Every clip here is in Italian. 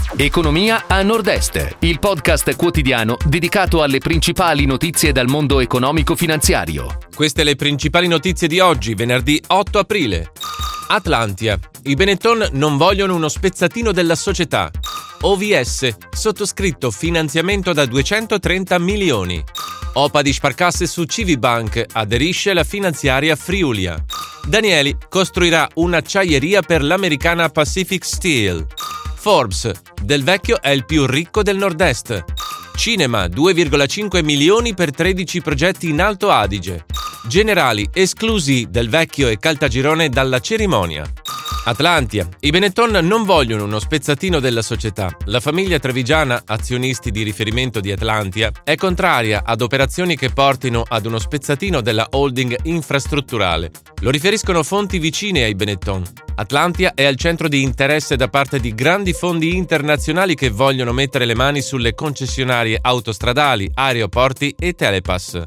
Economia a Nord-Est, il podcast quotidiano dedicato alle principali notizie dal mondo economico-finanziario. Queste le principali notizie di oggi, venerdì 8 aprile. Atlantia. I Benetton non vogliono uno spezzatino della società. OVS. Sottoscritto finanziamento da 230 milioni. OPA di Sparkasse su Civibank. Aderisce la finanziaria Friulia. Danieli. Costruirà un'acciaieria per l'americana Pacific Steel. Forbes. Del Vecchio è il più ricco del Nord-Est. Cinema. 2,5 milioni per 13 progetti in Alto Adige. Generali. Esclusi Del Vecchio e Caltagirone dalla cerimonia. Atlantia. I Benetton non vogliono uno spezzatino della società. La famiglia trevigiana, azionisti di riferimento di Atlantia, è contraria ad operazioni che portino ad uno spezzatino della holding infrastrutturale. Lo riferiscono fonti vicine ai Benetton. Atlantia è al centro di interesse da parte di grandi fondi internazionali che vogliono mettere le mani sulle concessionarie autostradali, aeroporti e telepass.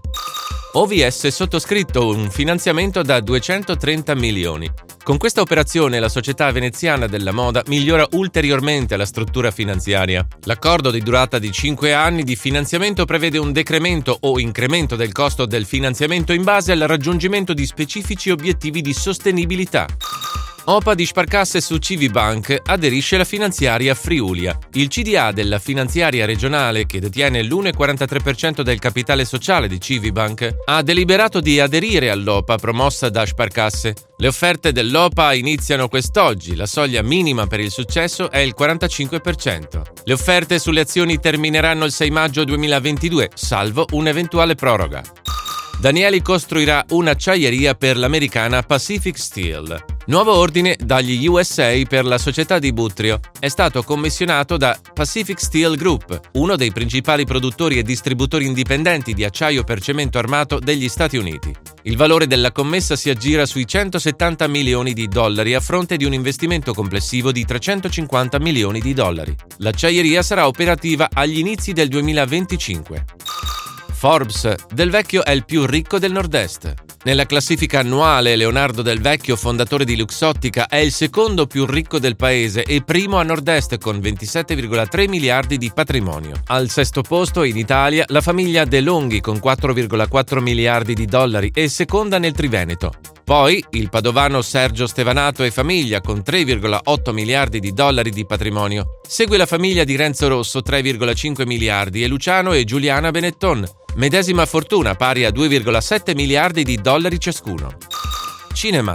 OVS sottoscritto un finanziamento da 230 milioni. Con questa operazione la società veneziana della moda migliora ulteriormente la struttura finanziaria. L'accordo di durata di 5 anni di finanziamento prevede un decremento o incremento del costo del finanziamento in base al raggiungimento di specifici obiettivi di sostenibilità. OPA di Sparkasse su Civibank aderisce la finanziaria Friulia. Il CDA della finanziaria regionale, che detiene l'1,43% del capitale sociale di Civibank, ha deliberato di aderire all'OPA promossa da Sparkasse. Le offerte dell'OPA iniziano quest'oggi, la soglia minima per il successo è il 45%. Le offerte sulle azioni termineranno il 6 maggio 2022, salvo un'eventuale proroga. Danieli costruirà un'acciaieria per l'americana Pacific Steel. Nuovo ordine dagli USA per la società di Butrio. È stato commissionato da Pacific Steel Group, uno dei principali produttori e distributori indipendenti di acciaio per cemento armato degli Stati Uniti. Il valore della commessa si aggira sui 170 milioni di dollari a fronte di un investimento complessivo di 350 milioni di dollari. L'acciaieria sarà operativa agli inizi del 2025. Forbes. Del Vecchio è il più ricco del Nord-Est. Nella classifica annuale, Leonardo Del Vecchio, fondatore di Luxottica, è il secondo più ricco del paese e primo a Nord-Est con 27,3 miliardi di patrimonio. Al sesto posto, in Italia, la famiglia De Longhi con 4,4 miliardi di dollari e seconda nel Triveneto. Poi il padovano Sergio Stevanato e famiglia con 3,8 miliardi di dollari di patrimonio. Segue la famiglia di Renzo Rosso 3,5 miliardi e Luciano e Giuliana Benetton. Medesima fortuna pari a 2,7 miliardi di dollari ciascuno. Cinema.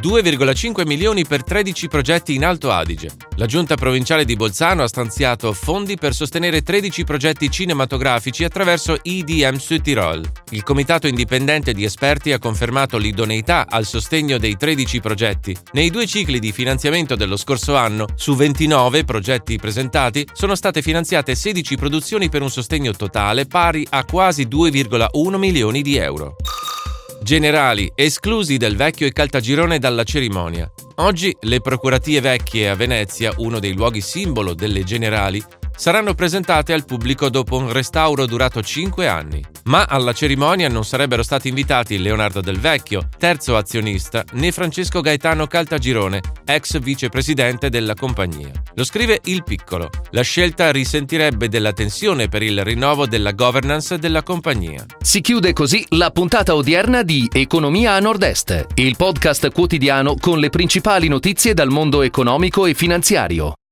2,5 milioni per 13 progetti in Alto Adige. La giunta provinciale di Bolzano ha stanziato fondi per sostenere 13 progetti cinematografici attraverso IDM Südtirol. Il comitato indipendente di esperti ha confermato l'idoneità al sostegno dei 13 progetti. Nei 2 cicli di finanziamento dello scorso anno, su 29 progetti presentati, sono state finanziate 16 produzioni per un sostegno totale pari a quasi 2,1 milioni di euro. Generali, esclusi Del Vecchio e Caltagirone dalla cerimonia. Oggi le procuratie vecchie a Venezia, uno dei luoghi simbolo delle Generali, saranno presentate al pubblico dopo un restauro durato 5 anni. Ma alla cerimonia non sarebbero stati invitati Leonardo Del Vecchio, terzo azionista, né Francesco Gaetano Caltagirone, ex vicepresidente della compagnia. Lo scrive Il Piccolo. La scelta risentirebbe della tensione per il rinnovo della governance della compagnia. Si chiude così la puntata odierna di Economia a Nord-Est, il podcast quotidiano con le principali notizie dal mondo economico e finanziario.